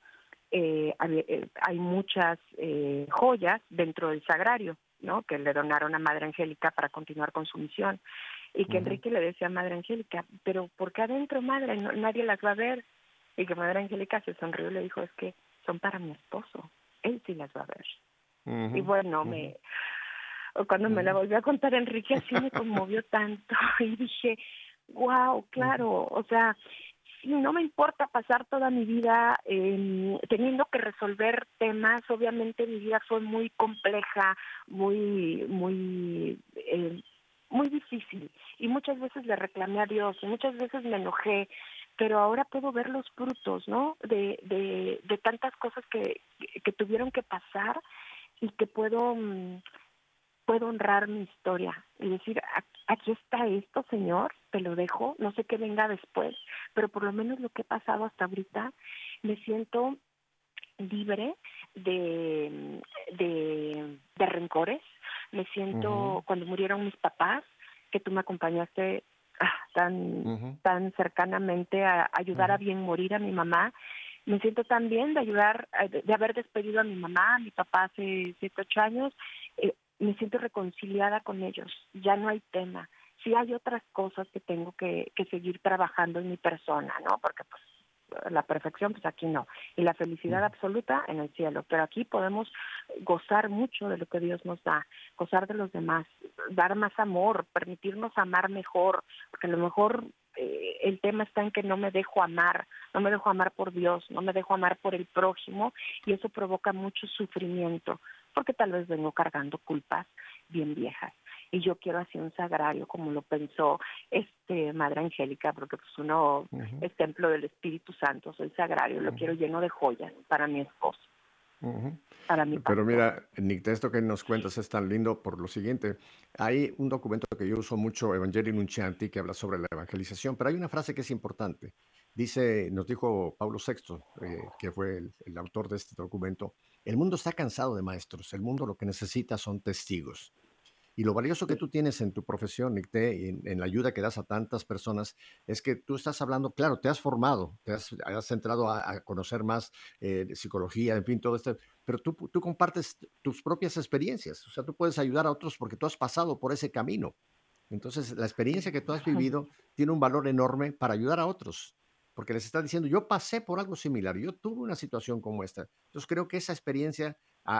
hay muchas joyas dentro del sagrario, ¿no? Que le donaron a Madre Angélica para continuar con su misión. Y que Enrique le decía a Madre Angélica, pero ¿por qué adentro, madre? Nadie las va a ver. Y que Madre Angélica se sonrió y le dijo, es que son para mi esposo, él sí las va a ver. Y bueno, cuando me la volvió a contar Enrique, así me conmovió tanto. Y dije, wow, claro, o sea, sí, no me importa pasar toda mi vida teniendo que resolver temas. Obviamente mi vida fue muy compleja, muy difícil, y muchas veces le reclamé a Dios y muchas veces me enojé, pero ahora puedo ver los frutos, ¿no? De tantas cosas que tuvieron que pasar, y que puedo honrar mi historia y decir, aquí está esto, Señor, te lo dejo, no sé qué venga después, pero por lo menos lo que he pasado hasta ahorita, me siento libre de rencores. Me siento, cuando murieron mis papás, que tú me acompañaste tan cercanamente a ayudar a bien morir a mi mamá, me siento tan bien de ayudar, de haber despedido a mi mamá, a mi papá hace 7, 8 años, me siento reconciliada con ellos, ya no hay tema. Sí hay otras cosas que tengo que seguir trabajando en mi persona, ¿no? Porque pues la perfección, pues aquí no. Y la felicidad absoluta en el cielo. Pero aquí podemos gozar mucho de lo que Dios nos da, gozar de los demás, dar más amor, permitirnos amar mejor, porque a lo mejor el tema está en que no me dejo amar por Dios, no me dejo amar por el prójimo, y eso provoca mucho sufrimiento, porque tal vez vengo cargando culpas bien viejas. Y yo quiero hacer un sagrario como lo pensó Madre Angélica, porque pues uno es templo del Espíritu Santo. El sagrario lo quiero lleno de joyas para mi esposo, para mi pastor. Pero mira, Nick, esto que nos cuentas es tan lindo por lo siguiente. Hay un documento que yo uso mucho, Evangelii Nuncianti, que habla sobre la evangelización, pero hay una frase que es importante. Dice, nos dijo Pablo VI, que fue el autor de este documento, el mundo está cansado de maestros, el mundo lo que necesita son testigos. Y lo valioso que tú tienes en tu profesión, Nicté, y en la ayuda que das a tantas personas, es que tú estás hablando, claro, te has formado, has entrado a conocer más psicología, en fin, todo esto, pero tú compartes tus propias experiencias. O sea, tú puedes ayudar a otros porque tú has pasado por ese camino. Entonces, la experiencia que tú has vivido tiene un valor enorme para ayudar a otros, porque les estás diciendo, yo pasé por algo similar, yo tuve una situación como esta. Entonces, creo que esa experiencia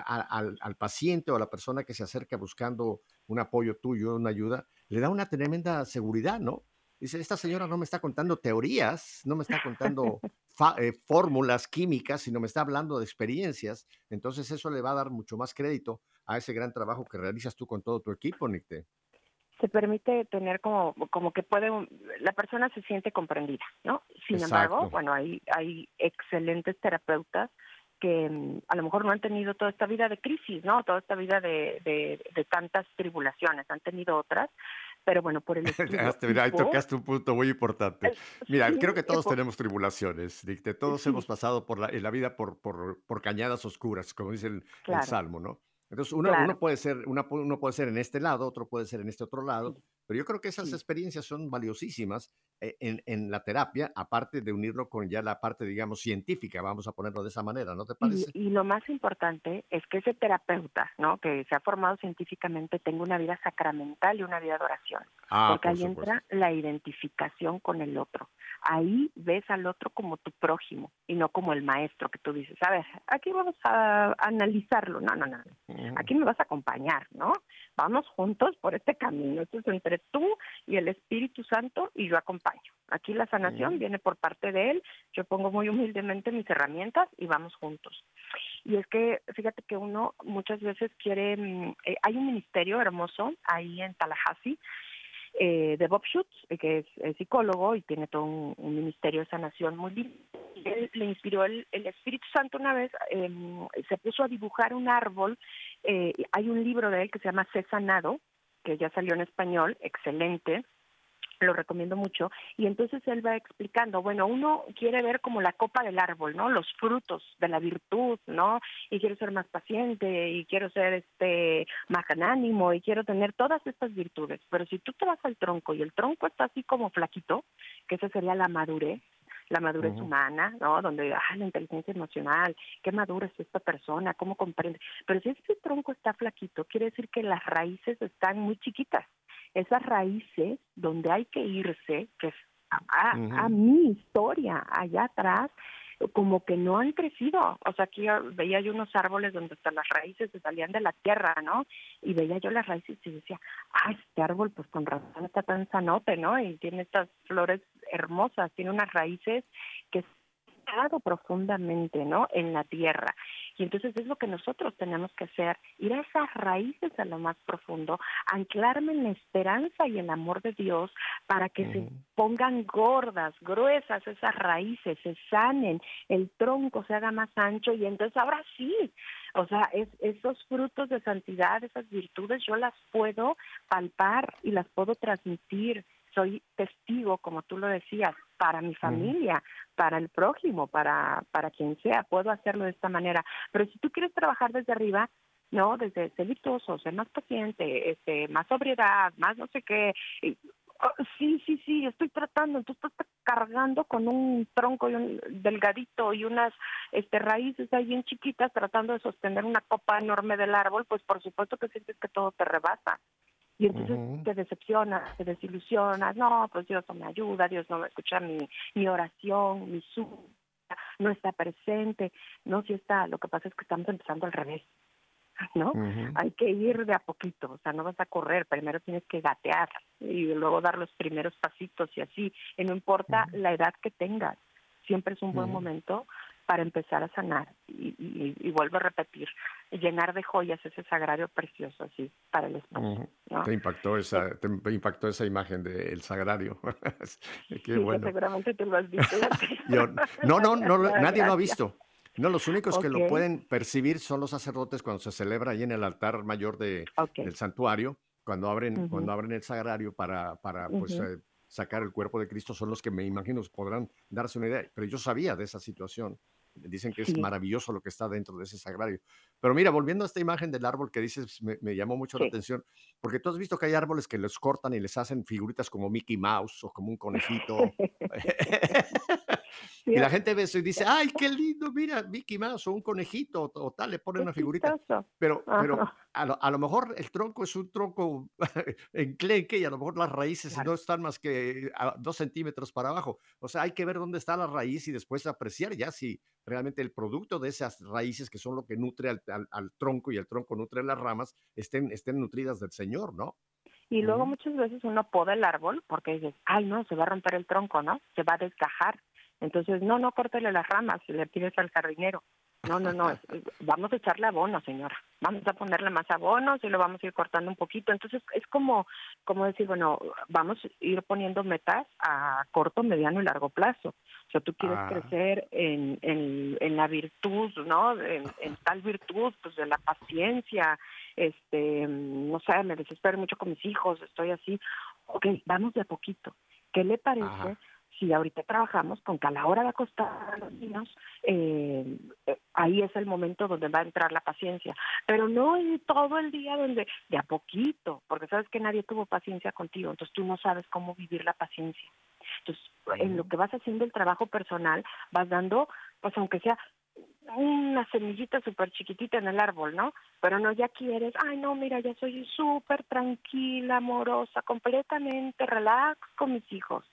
al paciente o a la persona que se acerca buscando un apoyo tuyo, una ayuda, le da una tremenda seguridad, ¿no? Dice, esta señora no me está contando teorías, no me está contando fórmulas químicas, sino me está hablando de experiencias. Entonces eso le va a dar mucho más crédito a ese gran trabajo que realizas tú con todo tu equipo, Nicté. Se permite tener como que la persona se siente comprendida, ¿no? Sin embargo, bueno, hay excelentes terapeutas que a lo mejor no han tenido toda esta vida de crisis, ¿no? Toda esta vida de tantas tribulaciones, han tenido otras, pero bueno, por el estudio. Mira, ahí tocaste un punto muy importante. Mira, creo que todos tenemos tribulaciones, Nicté. Todos hemos pasado en la vida por cañadas oscuras, como dice el Salmo, ¿no? Entonces, uno puede ser en este lado, otro puede ser en este otro lado, pero yo creo que esas experiencias son valiosísimas en la terapia, aparte de unirlo con ya la parte, digamos, científica, vamos a ponerlo de esa manera, ¿no te parece? Y lo más importante es que ese terapeuta, ¿no?, que se ha formado científicamente, tenga una vida sacramental y una vida de oración, porque ahí entra la identificación con el otro. Ahí ves al otro como tu prójimo y no como el maestro que tú dices, a ver, aquí vamos a analizarlo. No. Aquí me vas a acompañar, ¿no? Vamos juntos por este camino. Esto es entre entre tú y el Espíritu Santo y yo acompaño. Aquí la sanación viene por parte de Él, yo pongo muy humildemente mis herramientas y vamos juntos. Y es que, fíjate que uno muchas veces quiere, hay un ministerio hermoso ahí en Tallahassee, de Bob Schutz, que es psicólogo y tiene todo un ministerio de sanación muy lindo. Él le inspiró el Espíritu Santo una vez, se puso a dibujar un árbol. Hay un libro de él que se llama Sé Sanado, que ya salió en español, excelente, lo recomiendo mucho, y entonces él va explicando, bueno, uno quiere ver como la copa del árbol, ¿no? Los frutos de la virtud, ¿no? Y quiero ser más paciente, y quiero ser magnánimo, y quiero tener todas estas virtudes, pero si tú te vas al tronco, y el tronco está así como flaquito, que esa sería la madurez humana, ¿no? Donde, la inteligencia emocional, qué madura es esta persona, cómo comprende, pero si ese tronco está flaquito, quiere decir que las raíces están muy chiquitas. Esas raíces donde hay que irse, que es a mi historia allá atrás, como que no han crecido. O sea, aquí veía yo unos árboles donde hasta las raíces se salían de la tierra, ¿no? Y veía yo las raíces y decía, este árbol pues con razón está tan sanote, ¿no? Y tiene estas flores hermosas, tiene unas raíces que estado profundamente, ¿no?, en la tierra. Y entonces es lo que nosotros tenemos que hacer, ir a esas raíces a lo más profundo, anclarme en la esperanza y el amor de Dios para que se pongan gordas, gruesas esas raíces, se sanen, el tronco se haga más ancho y entonces ahora sí, o sea, esos frutos de santidad, esas virtudes, yo las puedo palpar y las puedo transmitir. Soy testigo, como tú lo decías, para mi familia, para el prójimo, para quien sea, puedo hacerlo de esta manera. Pero si tú quieres trabajar desde arriba, no, desde ser virtuoso, ser más paciente, más sobriedad, más no sé qué, sí, estoy tratando, entonces tú estás cargando con un tronco y un delgadito y unas raíces ahí bien chiquitas tratando de sostener una copa enorme del árbol, pues por supuesto que sientes que todo te rebasa. Y entonces te decepcionas, te desilusionas, no, pues Dios no me ayuda, Dios no me escucha mi oración, mi súplica, no está presente, no, sí está, lo que pasa es que estamos empezando al revés, ¿no? Hay que ir de a poquito, o sea, no vas a correr, primero tienes que gatear y luego dar los primeros pasitos y así, y no importa la edad que tengas, siempre es un buen momento para empezar a sanar y vuelvo a repetir, llenar de joyas ese sagrario precioso así para el esposo, ¿no? Te impactó esa imagen del sagrario. Qué sí, bueno. Seguramente tú lo has visto. No, nadie lo ha visto. No, los únicos que lo pueden percibir son los sacerdotes cuando se celebra ahí en el altar mayor del santuario, cuando abren el sagrario para pues sacar el cuerpo de Cristo, son los que me imagino podrán darse una idea. Pero yo sabía de esa situación. Dicen que es maravilloso lo que está dentro de ese sagrario. Pero mira, volviendo a esta imagen del árbol que dices, me llamó mucho la atención, porque tú has visto que hay árboles que los cortan y les hacen figuritas como Mickey Mouse o como un conejito. Y la gente ve eso y dice, ¡ay, qué lindo! Mira, Mickey Mouse o un conejito o tal, le ponen una figurita. Pero a lo mejor el tronco es un tronco enclenque y a lo mejor las raíces no están más que a 2 centímetros para abajo. O sea, hay que ver dónde está la raíz y después apreciar ya si realmente el producto de esas raíces, que son lo que nutre al tronco y el tronco nutre las ramas, estén nutridas del Señor, ¿no? Y luego muchas veces uno poda el árbol porque dices, ay, no, se va a romper el tronco, ¿no? Se va a desgajar. Entonces, no, córtele las ramas y le pides al jardinero. No, vamos a echarle abono, señora. Vamos a ponerle más abonos y lo vamos a ir cortando un poquito. Entonces, es como decir, bueno, vamos a ir poniendo metas a corto, mediano y largo plazo. O sea, tú quieres crecer en la virtud, ¿no? En tal virtud, pues de la paciencia, no sé, me desespero mucho con mis hijos, estoy así. Ok, vamos de a poquito. ¿Qué le parece si ahorita trabajamos con que a la hora de acostar a los niños, ahí es el momento donde va a entrar la paciencia? Pero no en todo el día donde de a poquito, porque sabes que nadie tuvo paciencia contigo, entonces tú no sabes cómo vivir la paciencia. Entonces, en lo que vas haciendo el trabajo personal, vas dando, pues aunque sea una semillita súper chiquitita en el árbol, ¿no? Pero no, ya quieres, ay, no, mira, ya soy súper tranquila, amorosa, completamente relax con mis hijos.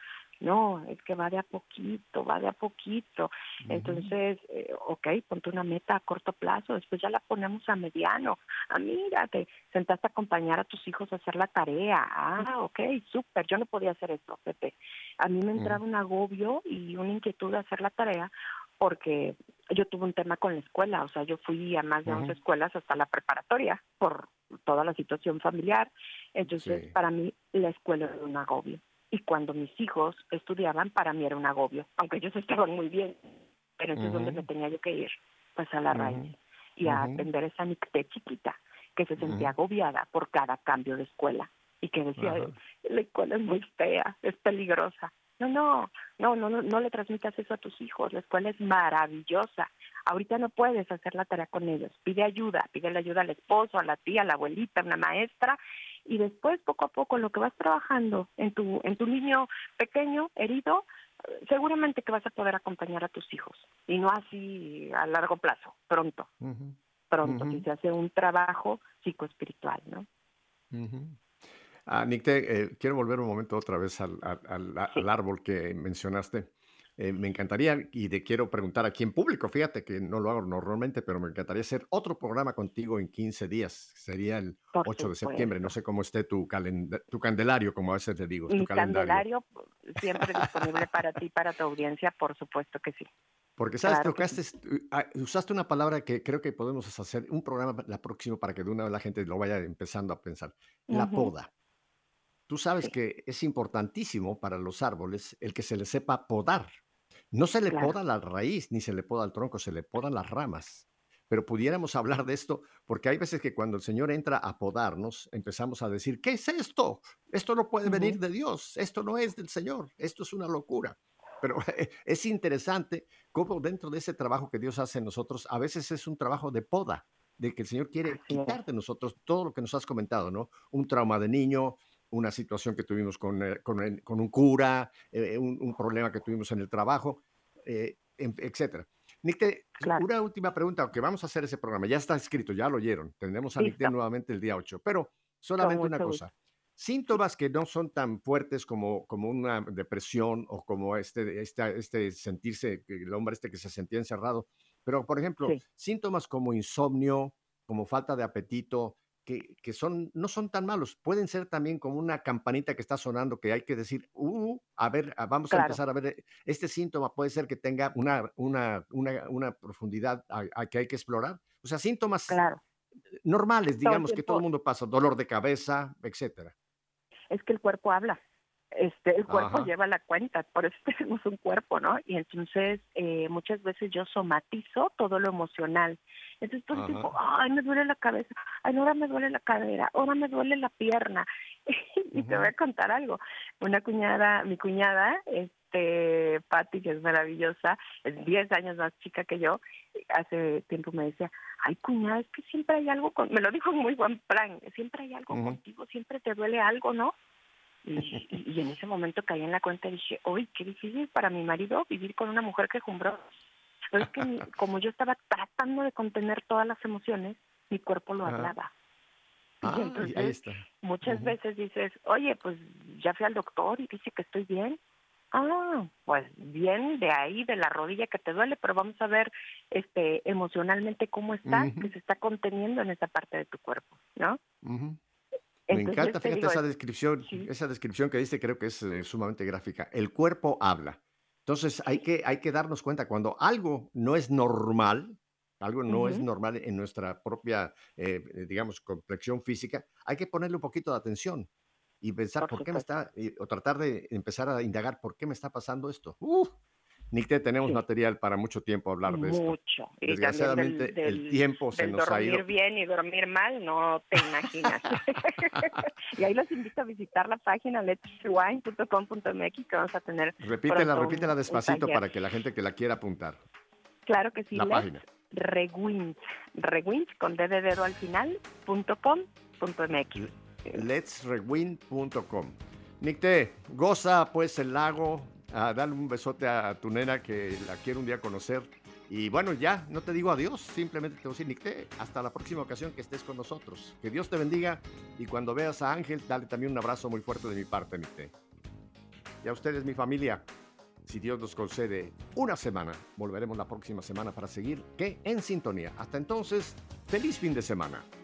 No, es que va de a poquito, va de a poquito. Entonces, ok, ponte una meta a corto plazo, después ya la ponemos a mediano. Mira, te sentaste a acompañar a tus hijos a hacer la tarea. Ok, súper, yo no podía hacer eso, Pepe. A mí me entraba un agobio y una inquietud de hacer la tarea porque yo tuve un tema con la escuela, o sea, yo fui a más de 11 escuelas hasta la preparatoria por toda la situación familiar. Entonces, para mí, la escuela era un agobio. Y cuando mis hijos estudiaban, para mí era un agobio, aunque ellos estaban muy bien. Pero entonces, ¿dónde me tenía yo que ir? Pues a la raíz y a atender a esa Nicté chiquita que se sentía agobiada por cada cambio de escuela y que decía, la escuela es muy fea, es peligrosa. No le transmitas eso a tus hijos. La escuela es maravillosa. Ahorita no puedes hacer la tarea con ellos. Pide ayuda, pídele ayuda al esposo, a la tía, a la abuelita, a una maestra. Y después, poco a poco, lo que vas trabajando en tu niño pequeño, herido, seguramente que vas a poder acompañar a tus hijos. Y no así a largo plazo, pronto. Si se hace un trabajo psicoespiritual, ¿no? Nicté, quiero volver un momento otra vez al árbol que mencionaste. Me encantaría, y te quiero preguntar aquí en público, fíjate que no lo hago normalmente, pero me encantaría hacer otro programa contigo en 15 días. Sería el 8 de septiembre. No sé cómo esté tu candelario, como a veces te digo. Mi calendario siempre disponible para ti, para tu audiencia, por supuesto que sí. Porque, ¿sabes? Claro, usaste una palabra que creo que podemos hacer un programa la próxima para que de una vez la gente lo vaya empezando a pensar. La poda. Tú sabes que es importantísimo para los árboles el que se les sepa podar. No se le poda la raíz, ni se le poda el tronco, se le podan las ramas. Pero pudiéramos hablar de esto, porque hay veces que cuando el Señor entra a podarnos, empezamos a decir, ¿qué es esto? Esto no puede venir de Dios, esto no es del Señor, esto es una locura. Pero es interesante cómo dentro de ese trabajo que Dios hace en nosotros, a veces es un trabajo de poda, de que el Señor quiere quitar de nosotros todo lo que nos has comentado, ¿no? Un trauma de niño, una situación que tuvimos con un cura, un problema que tuvimos en el trabajo, etcétera. Nicté, una última pregunta, aunque vamos a hacer ese programa, ya está escrito, ya lo oyeron, tendremos a Nicté nuevamente el día 8, pero solamente una cosa, síntomas que no son tan fuertes como una depresión o como este sentirse, el hombre que se sentía encerrado, pero por ejemplo, síntomas como insomnio, como falta de apetito, que no son tan malos, pueden ser también como una campanita que está sonando que hay que decir, a ver, vamos a empezar a ver, este síntoma puede ser que tenga una profundidad que hay que explorar, o sea, síntomas normales, digamos, que todo el mundo pasa, dolor de cabeza, etcétera. Es que el cuerpo habla. El cuerpo lleva la cuenta, por eso tenemos un cuerpo, ¿no? Y entonces muchas veces yo somatizo todo lo emocional. Entonces todo el tiempo, ay, me duele la cabeza, ay, ahora me duele la cadera, ahora me duele la pierna. Y te voy a contar algo. Mi cuñada, Patti, que es maravillosa, es 10 años más chica que yo, hace tiempo me decía, ay, cuñada, es que siempre hay algo, me lo dijo en muy buen plan, siempre hay algo contigo, siempre te duele algo, ¿no? Y en ese momento caí en la cuenta y dije, uy, qué difícil para mi marido vivir con una mujer quejumbrosa. Pero es que como yo estaba tratando de contener todas las emociones, mi cuerpo lo hablaba. Y entonces ahí está. Muchas veces dices, oye, pues ya fui al doctor y dice que estoy bien. Pues bien, de ahí, de la rodilla que te duele, pero vamos a ver emocionalmente cómo está, que se está conteniendo en esa parte de tu cuerpo, ¿no? Me encanta, fíjate, esa descripción que diste, creo que es sumamente gráfica. El cuerpo habla. Entonces hay que darnos cuenta cuando algo no es normal, en nuestra propia, digamos, complexión física, hay que ponerle un poquito de atención y pensar por qué o tratar de empezar a indagar por qué me está pasando esto. Nicté, tenemos material para mucho tiempo hablar de esto. Mucho. Desgraciadamente el tiempo se nos ha ido. Dormir bien y dormir mal, no te imaginas. Y ahí los invito a visitar la página letsrewind.com.mx que vamos a tener. Repítela despacito para que la gente que la quiera apuntar. Claro que sí. La página. Rewind con D de dedo al final, .com.mx. letsrewind.com. Nicté, goza pues el lago. Dale un besote a tu nena que la quiero un día conocer. Y bueno, ya no te digo adiós, simplemente te voy a decir, Nicté, hasta la próxima ocasión que estés con nosotros. Que Dios te bendiga y cuando veas a Ángel, dale también un abrazo muy fuerte de mi parte, Nicté. Y a ustedes, mi familia, si Dios nos concede una semana, volveremos la próxima semana para seguir en sintonía. Hasta entonces, feliz fin de semana.